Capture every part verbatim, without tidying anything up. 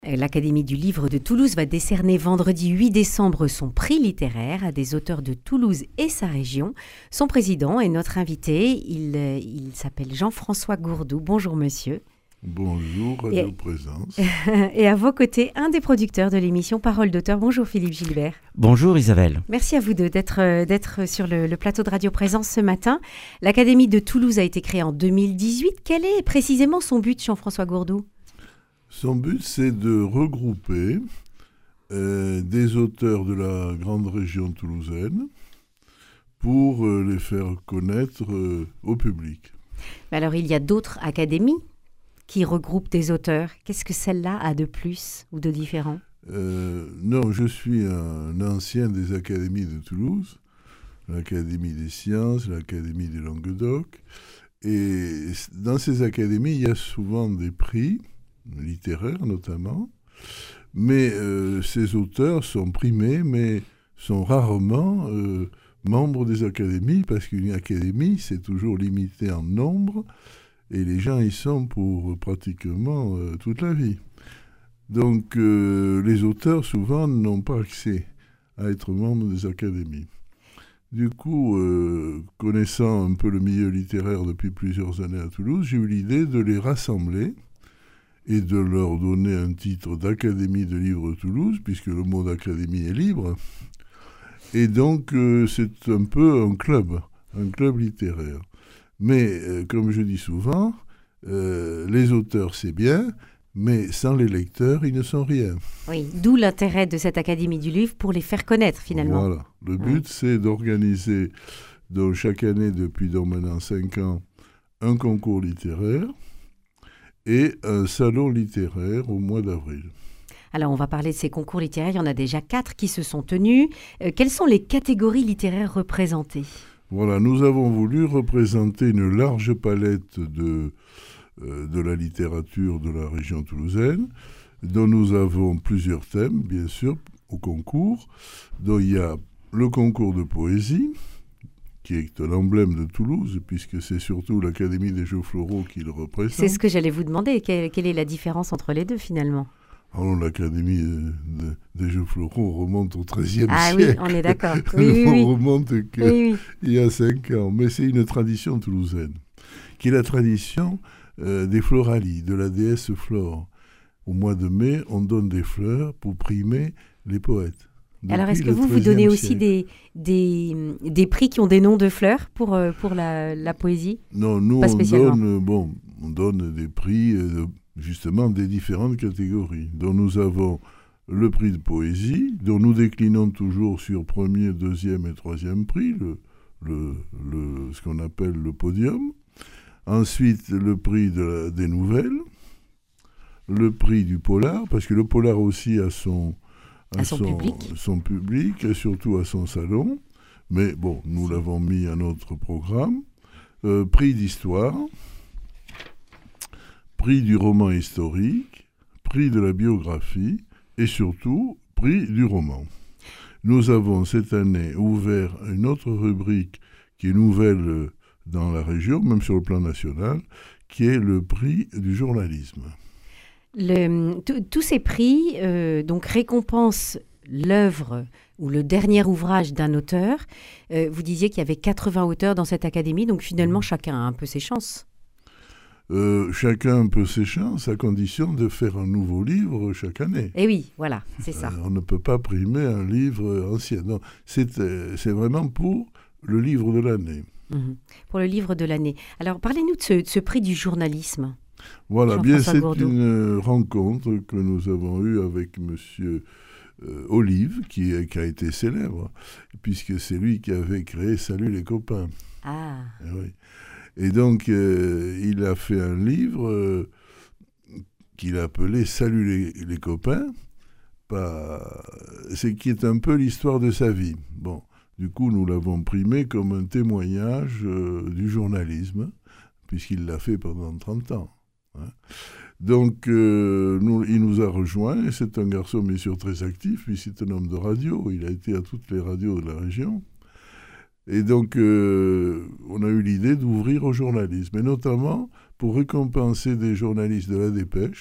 L'Académie du livre de Toulouse va décerner vendredi huit décembre son prix littéraire à des auteurs de Toulouse et sa région. Son président est notre invité. Il, il s'appelle Jean-François Gourdou. Bonjour monsieur. Bonjour, à vos présences. Et à vos côtés, un des producteurs de l'émission Parole d'auteur. Bonjour Philippe Gilbert. Bonjour Isabelle. Merci à vous deux d'être, d'être sur le, le plateau de Radio Présence ce matin. L'Académie de Toulouse a été créée en deux mille dix-huit. Quel est précisément son but, Jean-François Gourdou ? Son but, c'est de regrouper euh, des auteurs de la grande région toulousaine pour euh, les faire connaître euh, au public. Alors, il y a d'autres académies qui regroupent des auteurs. Qu'est-ce que celle-là a de plus ou de différent ? euh, Non, je suis un ancien des académies de Toulouse, l'Académie des sciences, l'Académie des Languedoc. Et dans ces académies, il y a souvent des prix littéraires notamment, mais euh, ces auteurs sont primés, mais sont rarement euh, membres des académies, parce qu'une académie, c'est toujours limité en nombre, et les gens y sont pour pratiquement euh, toute la vie. Donc euh, les auteurs, souvent, n'ont pas accès à être membres des académies. Du coup, euh, connaissant un peu le milieu littéraire depuis plusieurs années à Toulouse, j'ai eu l'idée de les rassembler et de leur donner un titre d'Académie de livres de Toulouse, puisque le mot d'académie est libre. Et donc, euh, c'est un peu un club, un club littéraire. Mais, euh, comme je dis souvent, euh, les auteurs, c'est bien, mais sans les lecteurs, ils ne sont rien. Oui, d'où l'intérêt de cette Académie du livre pour les faire connaître, finalement. Voilà. Le but, oui. c'est d'organiser, donc, chaque année, depuis donc, maintenant cinq ans, un concours littéraire et un salon littéraire au mois d'avril. Alors, on va parler de ces concours littéraires. Il y en a déjà quatre qui se sont tenus. Euh, quelles sont les catégories littéraires représentées ? Voilà, nous avons voulu représenter une large palette de, euh, de la littérature de la région toulousaine, dont nous avons plusieurs thèmes, bien sûr, au concours. Donc, il y a le concours de poésie, qui est un emblème de Toulouse, puisque c'est surtout l'Académie des Jeux Floraux qui le représente. C'est ce que j'allais vous demander. Quelle, quelle est la différence entre les deux, finalement ? Alors, l'Académie de, des Jeux Floraux remonte au treizième ah, siècle. Ah oui, on est d'accord. Oui, oui, on oui. remonte qu'il oui, oui. y a cinq ans. Mais c'est une tradition toulousaine, qui est la tradition euh, des floralies, de la déesse Flore. Au mois de mai, on donne des fleurs pour primer les poètes. Alors, est-ce que vous, vous donnez aussi des, des, des prix qui ont des noms de fleurs pour, euh, pour la, la poésie ? Non, nous, on donne, bon, on donne des prix, euh, justement, des différentes catégories. Donc, nous avons le prix de poésie, dont nous déclinons toujours sur premier, deuxième et troisième prix, le, le, le, ce qu'on appelle le podium. Ensuite, le prix de la, des nouvelles, le prix du polar, parce que le polar aussi a son... À son, son public. Son public, et surtout à son salon. Mais bon, nous c'est... l'avons mis à notre programme. Euh, prix d'histoire, prix du roman historique, prix de la biographie et surtout prix du roman. Nous avons cette année ouvert une autre rubrique qui est nouvelle dans la région, même sur le plan national, qui est le prix du journalisme. Le, tous ces prix euh, donc récompensent l'œuvre ou le dernier ouvrage d'un auteur. Euh, vous disiez qu'il y avait quatre-vingts auteurs dans cette académie, donc finalement chacun a un peu ses chances. Euh, chacun a un peu ses chances, à condition de faire un nouveau livre chaque année. Et oui, voilà, c'est ça. Euh, on ne peut pas primer un livre ancien. Non, c'est, euh, c'est vraiment pour le livre de l'année. Mmh. Pour le livre de l'année. Alors, parlez-nous de ce, de ce prix du journalisme. Voilà, bien c'est Gourdou. une rencontre que nous avons eue avec monsieur euh, Olive, qui, qui a été célèbre, puisque c'est lui qui avait créé Salut les copains. Ah. Et, oui. Et donc, euh, il a fait un livre euh, qu'il a appelé Salut les, les copains, pas... c'est qui est un peu l'histoire de sa vie. Bon, du coup, nous l'avons primé comme un témoignage euh, du journalisme, puisqu'il l'a fait pendant trente ans. Hein. Donc, euh, nous, il nous a rejoints, et c'est un garçon bien sûr très actif, puis c'est un homme de radio, il a été à toutes les radios de la région. Et donc, euh, on a eu l'idée d'ouvrir au journalisme, et notamment pour récompenser des journalistes de la Dépêche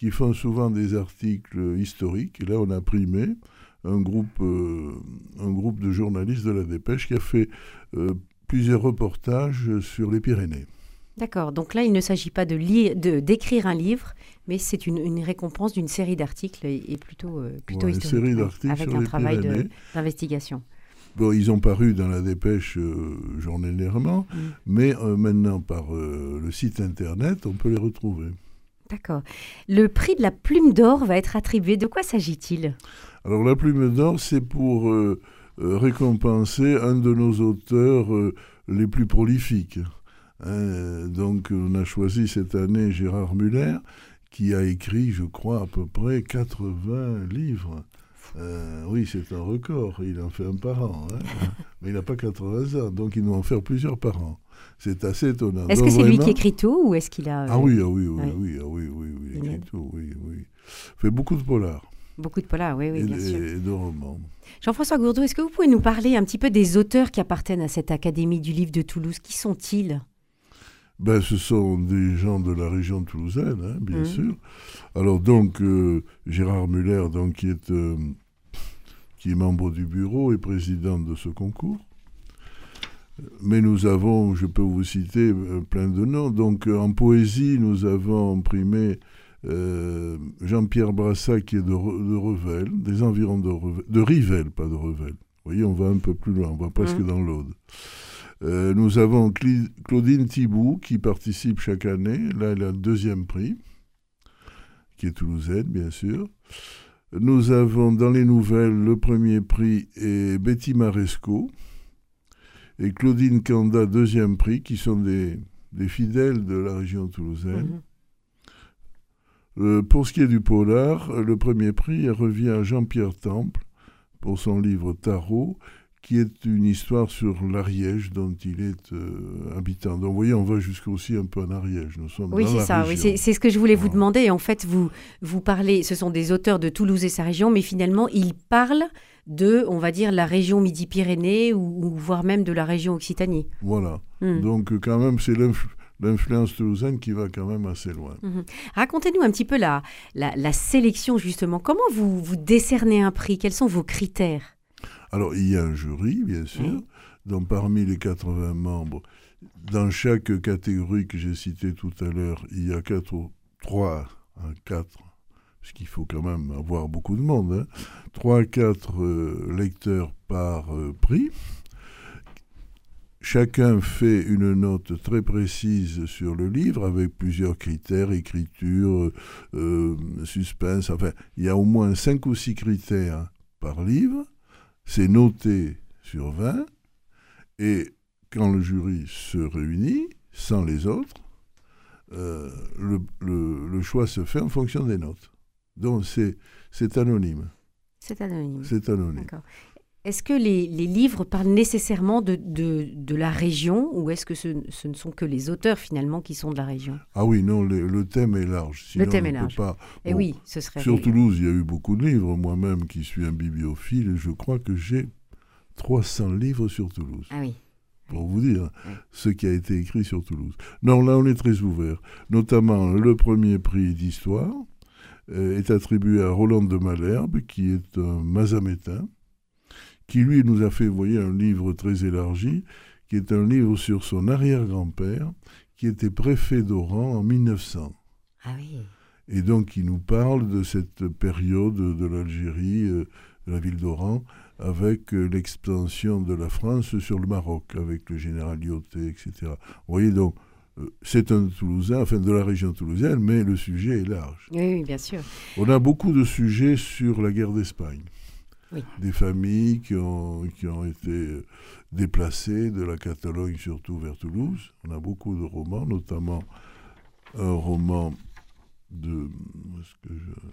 qui font souvent des articles historiques. Et là, on a primé un groupe, euh, un groupe de journalistes de la Dépêche qui a fait euh, plusieurs reportages sur les Pyrénées. D'accord, donc là, il ne s'agit pas de lire, de, d'écrire un livre, mais c'est une, une récompense d'une série d'articles et, et plutôt, euh, plutôt Ouais, une historique, série d'articles avec sur un les travail Pyrénées. de, d'investigation. Bon, ils ont paru dans la Dépêche euh, journalièrement, mmh. mais euh, maintenant, par euh, le site Internet, on peut les retrouver. D'accord. Le prix de la Plume d'Or va être attribué. De quoi s'agit-il ? Alors, la Plume d'Or, c'est pour euh, euh, récompenser un de nos auteurs euh, les plus prolifiques. Hein, donc, on a choisi cette année Gérard Muller, qui a écrit, je crois, à peu près quatre-vingts livres. Euh, oui, c'est un record. Il en fait un par an. Hein. Mais il n'a pas quatre-vingts ans, donc il doit en faire plusieurs par an. C'est assez étonnant. Est-ce donc, que c'est vraiment... lui qui écrit tout ou est-ce qu'il a... Euh... Ah oui, ah oui, oui, ouais. oui, ah oui, oui, oui, il écrit tout, oui, oui. Il fait beaucoup de polars. Beaucoup de polars, oui, oui, et, bien et, sûr. Et de romans. Jean-François Gourdeau, est-ce que vous pouvez nous parler un petit peu des auteurs qui appartiennent à cette Académie du Livre de Toulouse ? Qui sont-ils ? Ben, ce sont des gens de la région toulousaine, hein, bien mmh. sûr. Alors donc, euh, Gérard Muller, donc, qui, est, euh, qui est membre du bureau et président de ce concours. Mais nous avons, je peux vous citer euh, plein de noms. Donc euh, en poésie, nous avons primé euh, Jean-Pierre Brassac, qui est de, de Revel, des environs de Revel, de Rivelle, pas de Revel. Vous voyez, on va un peu plus loin, on va presque mmh. dans l'Aude. Euh, nous avons Cl- Claudine Thibault, qui participe chaque année. Là, elle a le deuxième prix, qui est toulousaine, bien sûr. Nous avons dans les nouvelles le premier prix et Betty Maresco et Claudine Canda, deuxième prix, qui sont des, des fidèles de la région toulousaine. Mmh. Euh, pour ce qui est du polar, le premier prix revient à Jean-Pierre Temple pour son livre Tarot, qui est une histoire sur l'Ariège dont il est euh, habitant. Donc vous voyez, on va jusqu'aussi un peu en Ariège. Nous sommes oui, dans c'est la ça. région. Oui, c'est, c'est ce que je voulais vous voilà. demander. En fait, vous, vous parlez, ce sont des auteurs de Toulouse et sa région, mais finalement, ils parlent de, on va dire, la région Midi-Pyrénées ou, ou voire même de la région Occitanie. Voilà. Mmh. Donc quand même, c'est l'influ- l'influence toulousaine qui va quand même assez loin. Mmh. Racontez-nous un petit peu la, la, la sélection, justement. Comment vous, vous décernez un prix ? Quels sont vos critères ? Alors, il y a un jury, bien sûr, mmh. dont parmi les quatre-vingts membres, dans chaque catégorie que j'ai citée tout à l'heure, il y a quatre, trois, hein, quatre, parce qu'il faut quand même avoir beaucoup de monde, hein, trois à quatre euh, lecteurs par euh, prix. Chacun fait une note très précise sur le livre avec plusieurs critères, écriture, euh, suspense, enfin, il y a au moins cinq ou six critères par livre. C'est noté sur vingt, et quand le jury se réunit, sans les autres, euh, le, le, le choix se fait en fonction des notes. Donc c'est, c'est anonyme. C'est anonyme. C'est anonyme. D'accord. Est-ce que les, les livres parlent nécessairement de, de, de la région, ou est-ce que ce, ce ne sont que les auteurs finalement qui sont de la région ? Ah oui, non, le, le thème est large. Sinon, le thème on est ne large. Peut pas... Et bon, oui, ce serait... Sur Toulouse, il y a eu beaucoup de livres. Moi-même, qui suis un bibliophile, je crois que j'ai trois cents livres sur Toulouse. Ah oui. Pour vous dire oui. ce qui a été écrit sur Toulouse. Non, là, on est très ouvert. Notamment, le premier prix d'histoire euh, est attribué à Roland de Malherbe, qui est un mazamétain, qui, lui, nous a fait, vous voyez, un livre très élargi, qui est un livre sur son arrière-grand-père, qui était préfet d'Oran en mille neuf cents. Ah oui. Et donc, il nous parle de cette période de l'Algérie, euh, de la ville d'Oran, avec euh, l'expansion de la France sur le Maroc, avec le général Lyautey, et cetera. Vous voyez, donc, euh, c'est un Toulousain, enfin de la région toulousaine, mais le sujet est large. Oui, oui, bien sûr. On a beaucoup de sujets sur la guerre d'Espagne. Oui. Des familles qui ont, qui ont été déplacées de la Catalogne surtout vers Toulouse. On a beaucoup de romans, notamment un roman de... Est-ce que je...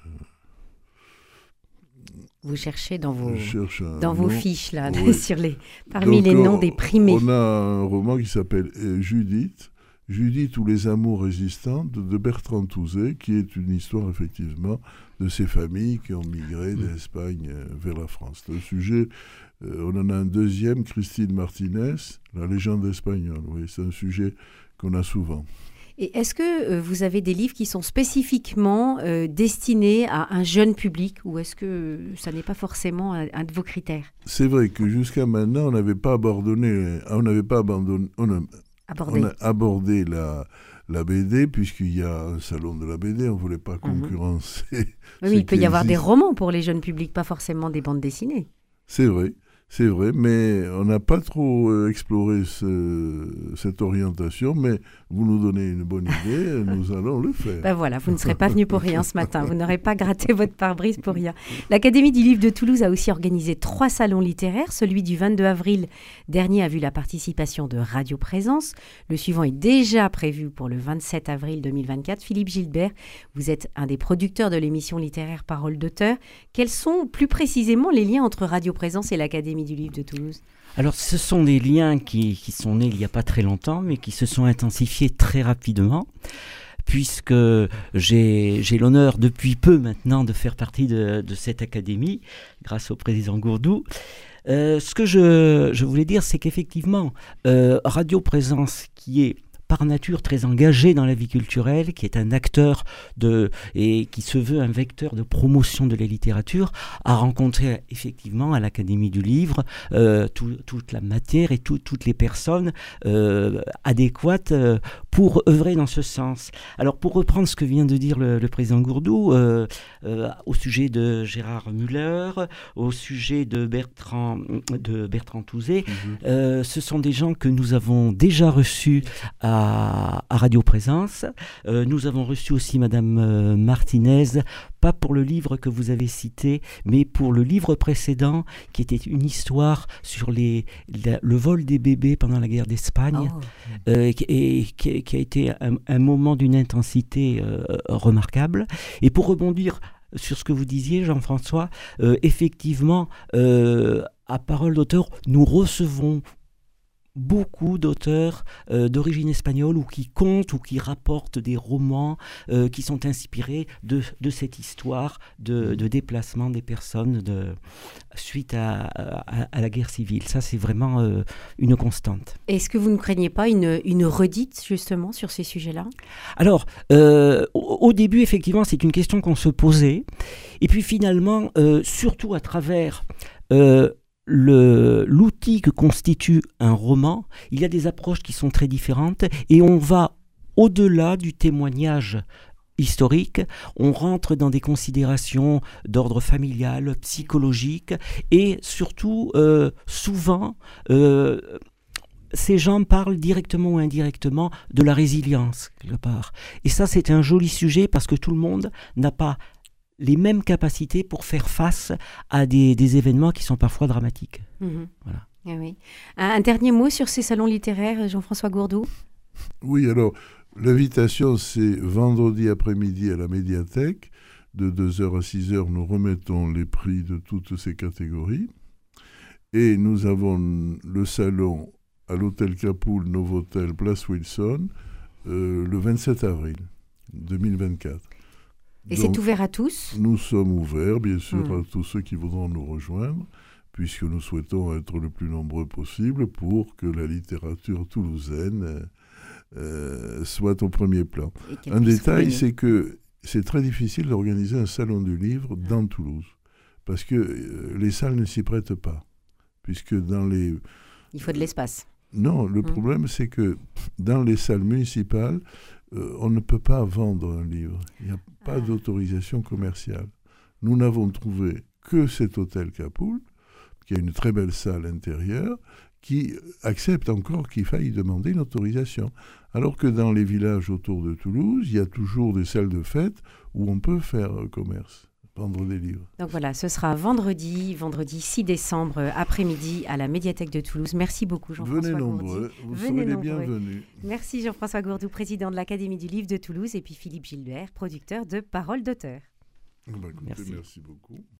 Vous cherchez dans vos, un dans vos nom. fiches, là, Oui. sur les, parmi Donc, les noms on, des primés. On a un roman qui s'appelle euh, Judith, Judith ou les amours résistantes de Bertrand Touzé, qui est une histoire effectivement de ces familles qui ont migré mmh. d'Espagne vers la France. C'est un sujet, euh, on en a un deuxième, Christine Martinez, La légende espagnole. Oui, c'est un sujet qu'on a souvent. Et est-ce que euh, vous avez des livres qui sont spécifiquement euh, destinés à un jeune public ou est-ce que ça n'est pas forcément un, un de vos critères? C'est vrai que jusqu'à maintenant, on n'avait pas abandonné, on n'avait pas abandonné, on a, Abordé. on a abordé la, la B D, puisqu'il y a un salon de la B D, on ne voulait pas concurrencer. Mm-hmm. Oui, il peut y avoir des romans pour les jeunes publics, pas forcément des bandes dessinées. C'est vrai. C'est vrai, mais on n'a pas trop exploré ce, cette orientation, mais vous nous donnez une bonne idée, nous allons le faire. Ben voilà, vous ne serez pas venu pour rien ce matin, vous n'aurez pas gratté votre pare-brise pour rien. L'Académie du Livre de Toulouse a aussi organisé trois salons littéraires. Celui du vingt-deux avril dernier a vu la participation de Radio Présence. Le suivant est déjà prévu pour le vingt-sept avril deux mille vingt-quatre. Philippe Gilbert, vous êtes un des producteurs de l'émission littéraire Parole d'auteur. Quels sont plus précisément les liens entre Radio Présence et l'Académie du Livre de Toulouse? Alors, ce sont des liens qui, qui sont nés il n'y a pas très longtemps, mais qui se sont intensifiés très rapidement, puisque j'ai, j'ai l'honneur depuis peu maintenant de faire partie de, de cette académie, grâce au président Gourdou. Euh, ce que je, je voulais dire, c'est qu'effectivement, euh, Radio Présence, qui est par nature très engagé dans la vie culturelle, qui est un acteur de, et qui se veut un vecteur de promotion de la littérature, a rencontré effectivement à l'Académie du Livre euh, tout, toute la matière et tout, toutes les personnes euh, adéquates euh, pour œuvrer dans ce sens. Alors pour reprendre ce que vient de dire le, le président Gourdou, euh, euh, au sujet de Gérard Müller, au sujet de Bertrand, de Bertrand Touzé, mmh. euh, ce sont des gens que nous avons déjà reçus à à Radio Présence. Euh, nous avons reçu aussi Madame euh, Martinez, pas pour le livre que vous avez cité, mais pour le livre précédent, qui était une histoire sur les, la, le vol des bébés pendant la guerre d'Espagne, oh. euh, et qui, qui a été un, un moment d'une intensité euh, remarquable. Et pour rebondir sur ce que vous disiez, Jean-François, euh, effectivement, euh, à Parole d'auteur, nous recevons beaucoup d'auteurs euh, d'origine espagnole ou qui comptent ou qui rapportent des romans euh, qui sont inspirés de, de cette histoire de, de déplacement des personnes de, suite à, à, à la guerre civile. Ça, c'est vraiment euh, une constante. Est-ce que vous ne craignez pas une, une redite, justement, sur ces sujets-là? Alors, euh, au, au début, effectivement, c'est une question qu'on se posait. Et puis finalement, euh, surtout à travers... Euh, Le, l'outil que constitue un roman, il y a des approches qui sont très différentes et on va au-delà du témoignage historique, on rentre dans des considérations d'ordre familial, psychologique et surtout, euh, souvent, euh, ces gens parlent directement ou indirectement de la résilience, quelque part. Et ça, c'est un joli sujet parce que tout le monde n'a pas les mêmes capacités pour faire face à des, des événements qui sont parfois dramatiques. Mmh. Voilà. Ah oui. Un dernier mot sur ces salons littéraires, Jean-François Gourdou? Oui, alors, l'invitation, c'est vendredi après-midi à la médiathèque. De deux heures à six heures, nous remettons les prix de toutes ces catégories. Et nous avons le salon à l'hôtel Capoul, Novotel, Place Wilson, euh, le vingt-sept avril deux mille vingt-quatre. Et donc, c'est ouvert à tous? Nous sommes ouverts, bien sûr, mmh. à tous ceux qui voudront nous rejoindre, puisque nous souhaitons être le plus nombreux possible pour que la littérature toulousaine euh, soit au premier plan. Un détail, c'est que c'est très difficile d'organiser un salon du livre dans Toulouse, parce que euh, les salles ne s'y prêtent pas, puisque dans les... Il faut de l'espace. Non, le mmh. problème, c'est que dans les salles municipales, Euh, on ne peut pas vendre un livre. Il n'y a pas ah. d'autorisation commerciale. Nous n'avons trouvé que cet hôtel Capoul, qui a une très belle salle intérieure, qui accepte encore qu'il faille demander une autorisation. Alors que dans les villages autour de Toulouse, il y a toujours des salles de fête où on peut faire commerce. Vendre des livres. Donc voilà, ce sera vendredi, vendredi six décembre après-midi à la médiathèque de Toulouse. Merci beaucoup Jean-François Venez Gourdou. nombreux, vous Venez serez les nombreux. bienvenus. Merci Jean-François Gourdou, président de l'Académie du Livre de Toulouse, et puis Philippe Gilbert, producteur de Parole d'auteur. Bah, écoutez, merci. merci beaucoup.